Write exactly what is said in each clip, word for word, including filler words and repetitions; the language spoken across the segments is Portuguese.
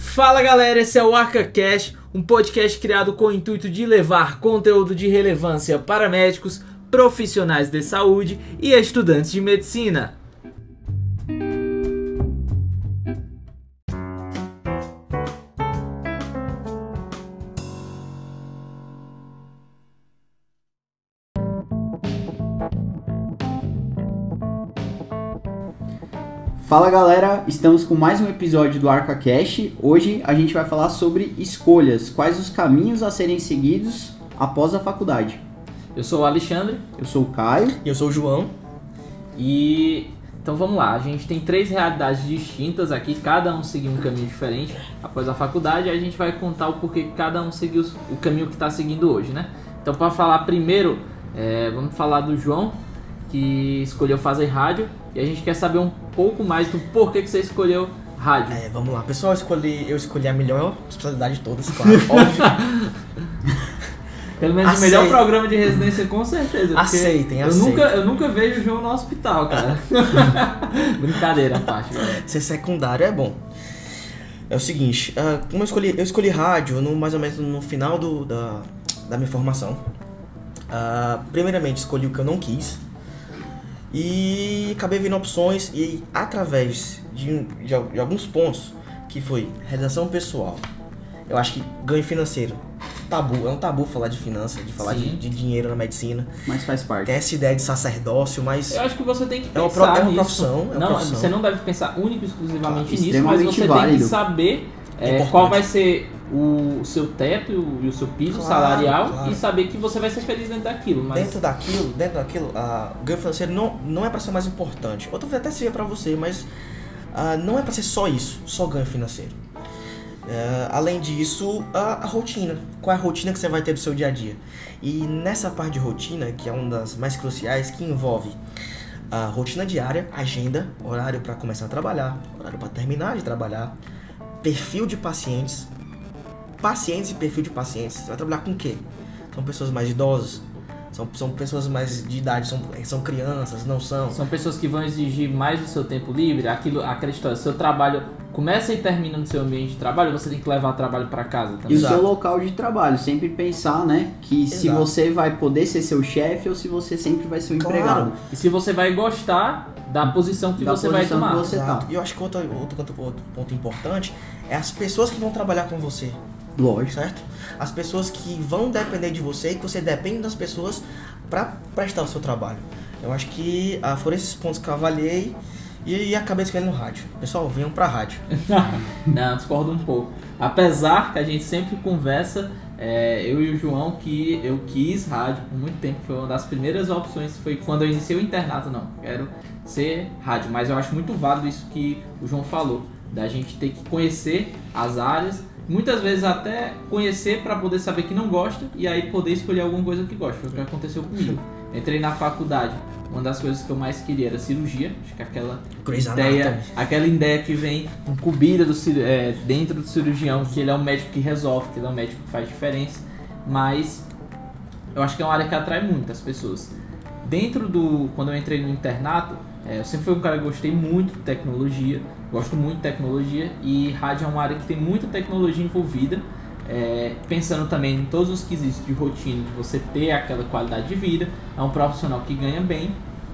Fala galera, esse é o ArcaCast, um podcast criado com o intuito de levar conteúdo de relevância para médicos, profissionais de saúde e estudantes de medicina. Fala galera, estamos com mais um episódio do ArcaCast. Hoje a gente vai falar sobre escolhas, quais os caminhos a serem seguidos após a faculdade. Eu sou o Alexandre. Eu sou o Caio. E eu sou o João. E então vamos lá, a gente tem três realidades distintas aqui, cada um seguiu um caminho diferente após a faculdade, e a gente vai contar o porquê que cada um seguiu o caminho que está seguindo hoje, né? Então, para falar primeiro, é, vamos falar do João, que escolheu fazer rádio, e a gente quer saber um pouco mais do porquê que você escolheu rádio. É, vamos lá, pessoal, eu escolhi, eu escolhi a melhor especialidade de todas, claro, óbvio. Pelo menos Aceite. o melhor programa de residência, com certeza. Aceitem, eu aceitem. Nunca, eu nunca vejo o João no hospital, cara. Brincadeira à parte, galera. Ser secundário é bom. É o seguinte, uh, como eu escolhi, eu escolhi rádio no, mais ou menos no final do, da, da minha formação. Uh, primeiramente, escolhi o que eu não quis. E acabei vendo opções e através de, de, de alguns pontos, que foi realização pessoal, eu acho que ganho financeiro, tabu, é um tabu falar de finanças, de falar de, de dinheiro na medicina. Mas faz parte. Tem essa ideia de sacerdócio, mas Eu acho que você tem que é uma, pensar pro, é uma nisso. profissão, é uma não, profissão. Você não deve pensar único e exclusivamente Claro, nisso, mas você válido. tem que saber é, qual vai ser o seu teto e o, e o seu piso Claro, salarial, claro. E saber que você vai ser feliz dentro daquilo. Mas... Dentro daquilo, dentro daquilo, uh, o ganho financeiro não, não é para ser mais importante. Ou talvez até seja para você, mas uh, não é para ser só isso, só ganho financeiro. Uh, além disso, a, a rotina. Qual é a rotina que você vai ter do seu dia a dia? E nessa parte de rotina, que é uma das mais cruciais, que envolve a rotina diária, agenda, horário para começar a trabalhar, horário para terminar de trabalhar, perfil de pacientes, pacientes e perfil de pacientes. Você vai trabalhar com o quê? São pessoas mais idosas? São, são pessoas mais de idade, são, são crianças, não são? São pessoas que vão exigir mais do seu tempo livre, aquilo, aquela história, seu trabalho começa e termina no seu ambiente de trabalho, você tem que levar o trabalho para casa também. E Exato. o seu local de trabalho, sempre pensar, né, que Exato. se você vai poder ser seu chefe ou se você sempre vai ser o Claro. empregado. E se você vai gostar da posição que Da você vai posição que tomar. você Exato. tá. E eu acho que outro, outro, outro, outro ponto importante é as pessoas que vão trabalhar com você. Lógico. Certo? As pessoas que vão depender de você e que você depende das pessoas para prestar o seu trabalho. Eu acho que ah, foram esses pontos que eu avaliei e, e acabei escolhendo no rádio. Pessoal, venham pra rádio. Não, discordo um pouco. Apesar que a gente sempre conversa, é, eu e o João, que eu quis rádio por muito tempo, foi uma das primeiras opções, foi quando eu iniciei o internato, não, quero ser rádio, mas eu acho muito válido isso que o João falou, da gente ter que conhecer as áreas, muitas vezes até conhecer para poder saber que não gosta e aí poder escolher alguma coisa que gosta. Foi o que aconteceu comigo. Entrei na faculdade, uma das coisas que eu mais queria era cirurgia, acho que aquela Grey's ideia, Anatomy. aquela ideia que vem incumbida do, cir- é, dentro do cirurgião, que ele é um médico que resolve, que ele é um médico que faz diferença, mas eu acho que é uma área que atrai muitas pessoas. Dentro do, quando eu entrei no internato, é, eu sempre fui um cara que gostei muito de tecnologia, gosto muito de tecnologia, e rádio é uma área que tem muita tecnologia envolvida, é, pensando também em todos os quesitos de rotina, de você ter aquela qualidade de vida, é um profissional que ganha bem,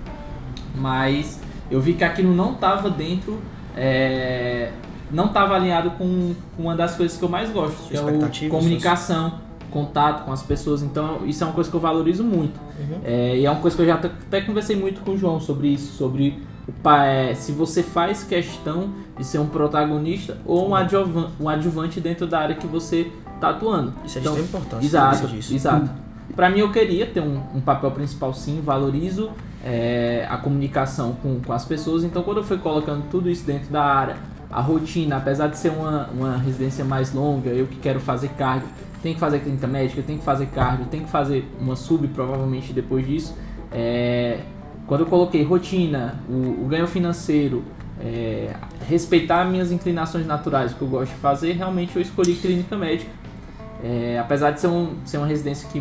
mas eu vi que aquilo não estava dentro, é, não estava alinhado com, com uma das coisas que eu mais gosto, que é o Expectativas, comunicação, contato com as pessoas, então isso é uma coisa que eu valorizo muito. Uhum. É, e é uma coisa que eu já até conversei muito com o João sobre isso, sobre o pa- é, se você faz questão de ser um protagonista ou um, adjuvan- um adjuvante dentro da área que você está atuando. Isso é de Então, extrema importância. exato, saber disso. exato. Para mim eu queria ter um, um papel principal, sim, valorizo é, a comunicação com, com as pessoas, então quando eu fui colocando tudo isso dentro da área, a rotina, apesar de ser uma, uma residência mais longa, eu que quero fazer cardio, tem que fazer clínica médica, tem que fazer cardio, tem que fazer uma sub provavelmente depois disso. É, quando eu coloquei rotina, o, o ganho financeiro, é, respeitar minhas inclinações naturais, o que eu gosto de fazer, realmente eu escolhi clínica médica. É, apesar de ser, um, ser uma residência que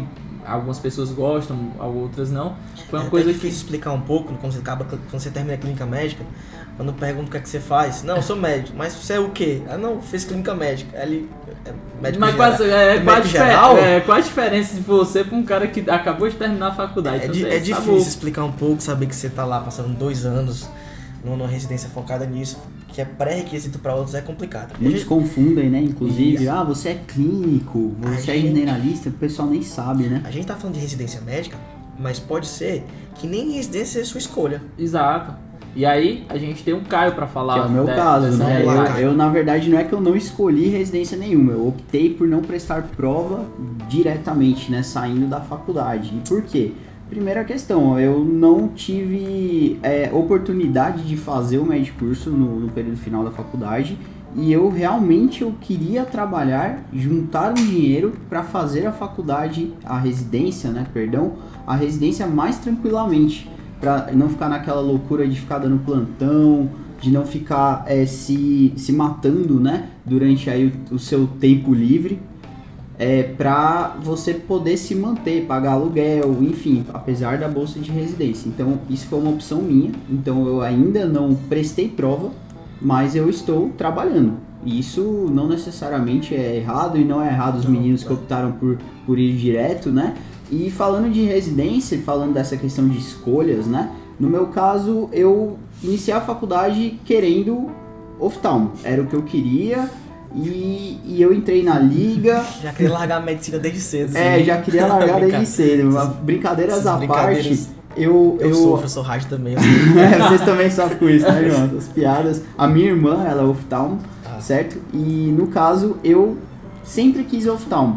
algumas pessoas gostam, outras não. Foi uma é coisa difícil que... explicar um pouco quando você acaba, quando você termina a clínica médica, quando pergunta o que é que você faz. Não, eu sou médico, mas você é o quê? Ah, não, fez clínica médica. Ele é médico mas geral. quase, é, é qual, a médico geral? é, qual a diferença de você para um cara que acabou de terminar a faculdade? É, então, di, é tá difícil bom. explicar um pouco, saber que você tá lá passando dois anos numa residência focada nisso, que é pré-requisito para outros, é complicado. Muitos gente... confundem, né? Inclusive, Isso. ah, você é clínico, você A é gente... generalista, o pessoal nem sabe, né? A gente tá falando de residência médica, mas pode ser que nem residência é sua escolha. Exato. E aí, a gente tem um Caio para falar. Que é o meu de, caso, né? Eu, eu, na verdade, não é que eu não escolhi residência nenhuma, eu optei por não prestar prova diretamente, né? Saindo da faculdade. E por quê? Primeira questão, eu não tive é, oportunidade de fazer o médio curso no, no período final da faculdade e eu realmente eu queria trabalhar, juntar um dinheiro para fazer a faculdade, a residência, né, perdão, a residência mais tranquilamente, para não ficar naquela loucura de ficar dando plantão, de não ficar é, se, se matando, né, durante aí o, o seu tempo livre. É, para você poder se manter, pagar aluguel, enfim, apesar da bolsa de residência. Então, isso foi uma opção minha. Então, eu ainda não prestei prova, mas eu estou trabalhando. E isso não necessariamente é errado e não é errado os meninos que optaram por, por ir direto, né? E falando de residência, falando dessa questão de escolhas, né? No meu caso, eu iniciei a faculdade querendo oftalmo. Era o que eu queria. E, e eu entrei na liga. Já queria largar a medicina desde cedo. É, assim. já queria largar desde cedo. Brincadeiras à parte, eu... Eu, eu sofro, eu sou rádio também. é, vocês também sofrem com isso, né, João? As piadas. A minha irmã, ela é oftalmo, ah. certo? E no caso, eu sempre quis oftalmo.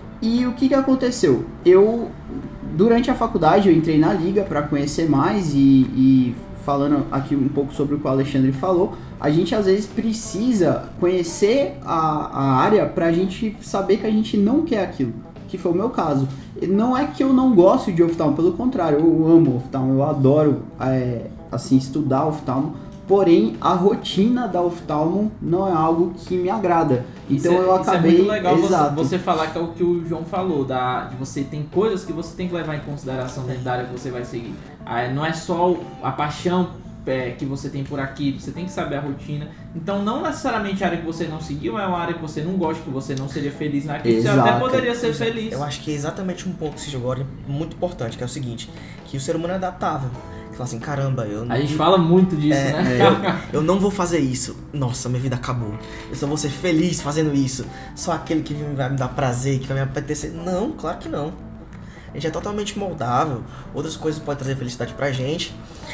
E o que que aconteceu? Eu, durante a faculdade, eu entrei na liga para conhecer mais e, e falando aqui um pouco sobre o que o Alexandre falou, a gente às vezes precisa conhecer a, a área pra gente saber que a gente não quer aquilo, que foi o meu caso. Não é que eu não gosto de oftalmo, pelo contrário, eu amo oftalmo, eu adoro é, assim, estudar oftalmo, porém a rotina da oftalmo não é algo que me agrada. Então isso é, eu acabei... Isso é muito legal Exato. Você, você falar que é o que o João falou, da, de você tem coisas que você tem que levar em consideração dentro da área que você vai seguir. Ah, não é só a paixão é, que você tem por aqui, você tem que saber a rotina. Então não necessariamente a área que você não seguiu é uma área que você não gosta, que você não seria feliz naquilo. Exato. Você até poderia ser feliz. Eu acho que é exatamente um ponto que você jogou agora muito importante, que é o seguinte, que o ser humano é adaptável. Você fala assim, caramba, eu não... A gente fala muito disso, é, né? É, eu, eu não vou fazer isso. Nossa, minha vida acabou. Eu só vou ser feliz fazendo isso. Só aquele que vai me dar prazer, que vai me apetecer. Não, claro que não. A gente é totalmente moldável. Outras coisas podem trazer felicidade pra gente.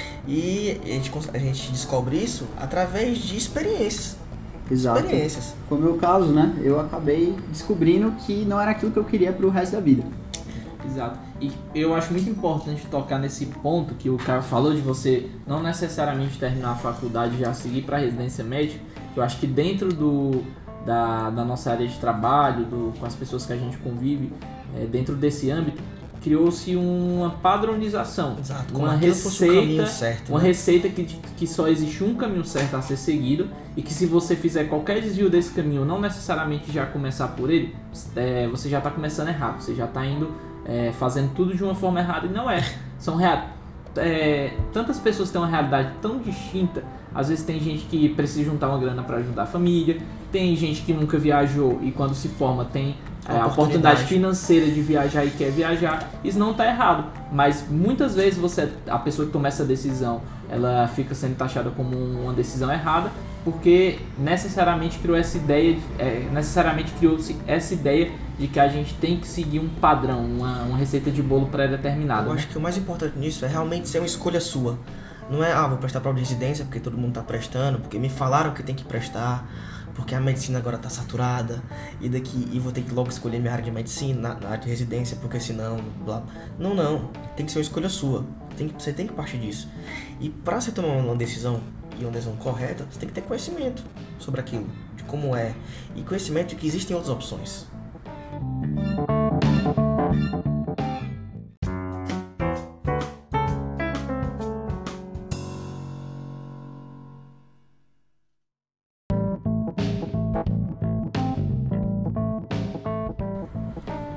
E a gente, a gente descobre isso através de experiências. Exato. Experiências. Foi o meu caso, né? Eu acabei descobrindo que não era aquilo que eu queria pro resto da vida. Exato. E eu acho muito importante tocar nesse ponto que o Caio falou, de você não necessariamente terminar a faculdade e já seguir para a residência médica. Eu acho que dentro do, da, da nossa área de trabalho, do, com as pessoas que a gente convive, é, dentro desse âmbito, criou-se uma padronização. Exato, é uma receita, certo, uma né? receita que, que só existe um caminho certo a ser seguido e que se você fizer qualquer desvio desse caminho, não necessariamente já começar por ele, é, você já está começando errado, você já está indo é, fazendo tudo de uma forma errada e não é. São real, é, tantas pessoas têm uma realidade tão distinta. Às vezes tem gente que precisa juntar uma grana para ajudar a família, tem gente que nunca viajou e quando se forma tem É, a oportunidade financeira de viajar e quer viajar. Isso não está errado, mas muitas vezes você, a pessoa que toma essa decisão, ela fica sendo taxada como uma decisão errada, porque necessariamente criou essa ideia, é, necessariamente criou-se essa ideia de que a gente tem que seguir um padrão, uma, uma receita de bolo pré-determinada. Eu né? acho que o mais importante nisso é realmente ser uma escolha sua. Não é, ah, vou prestar prova de residência porque todo mundo está prestando, porque me falaram que tem que prestar, porque a medicina agora tá saturada, e daqui e vou ter que logo escolher minha área de medicina, na, na área de residência, porque senão, blá. Não, não. Tem que ser uma escolha sua. Tem, você tem que partir disso. E pra você tomar uma decisão, e uma decisão correta, você tem que ter conhecimento sobre aquilo, de como é, e conhecimento de que existem outras opções.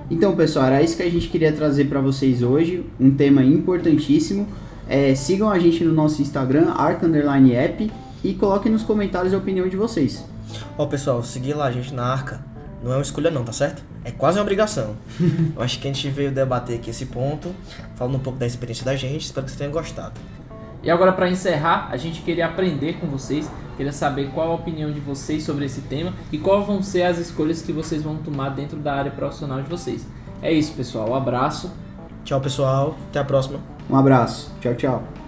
Então, pessoal, era isso que a gente queria trazer para vocês hoje, um tema importantíssimo. É, sigam a gente no nosso Instagram, arca underline app, e coloquem nos comentários a opinião de vocês. Ó, pessoal, seguir lá a gente na Arca não é uma escolha não, tá certo? É quase uma obrigação. Eu acho que a gente veio debater aqui esse ponto, falando um pouco da experiência da gente, espero que vocês tenham gostado. E agora, para encerrar, a gente queria aprender com vocês, queria saber qual a opinião de vocês sobre esse tema e quais vão ser as escolhas que vocês vão tomar dentro da área profissional de vocês. É isso, pessoal. Um abraço. Tchau, pessoal. Até a próxima. Um abraço. Tchau, tchau.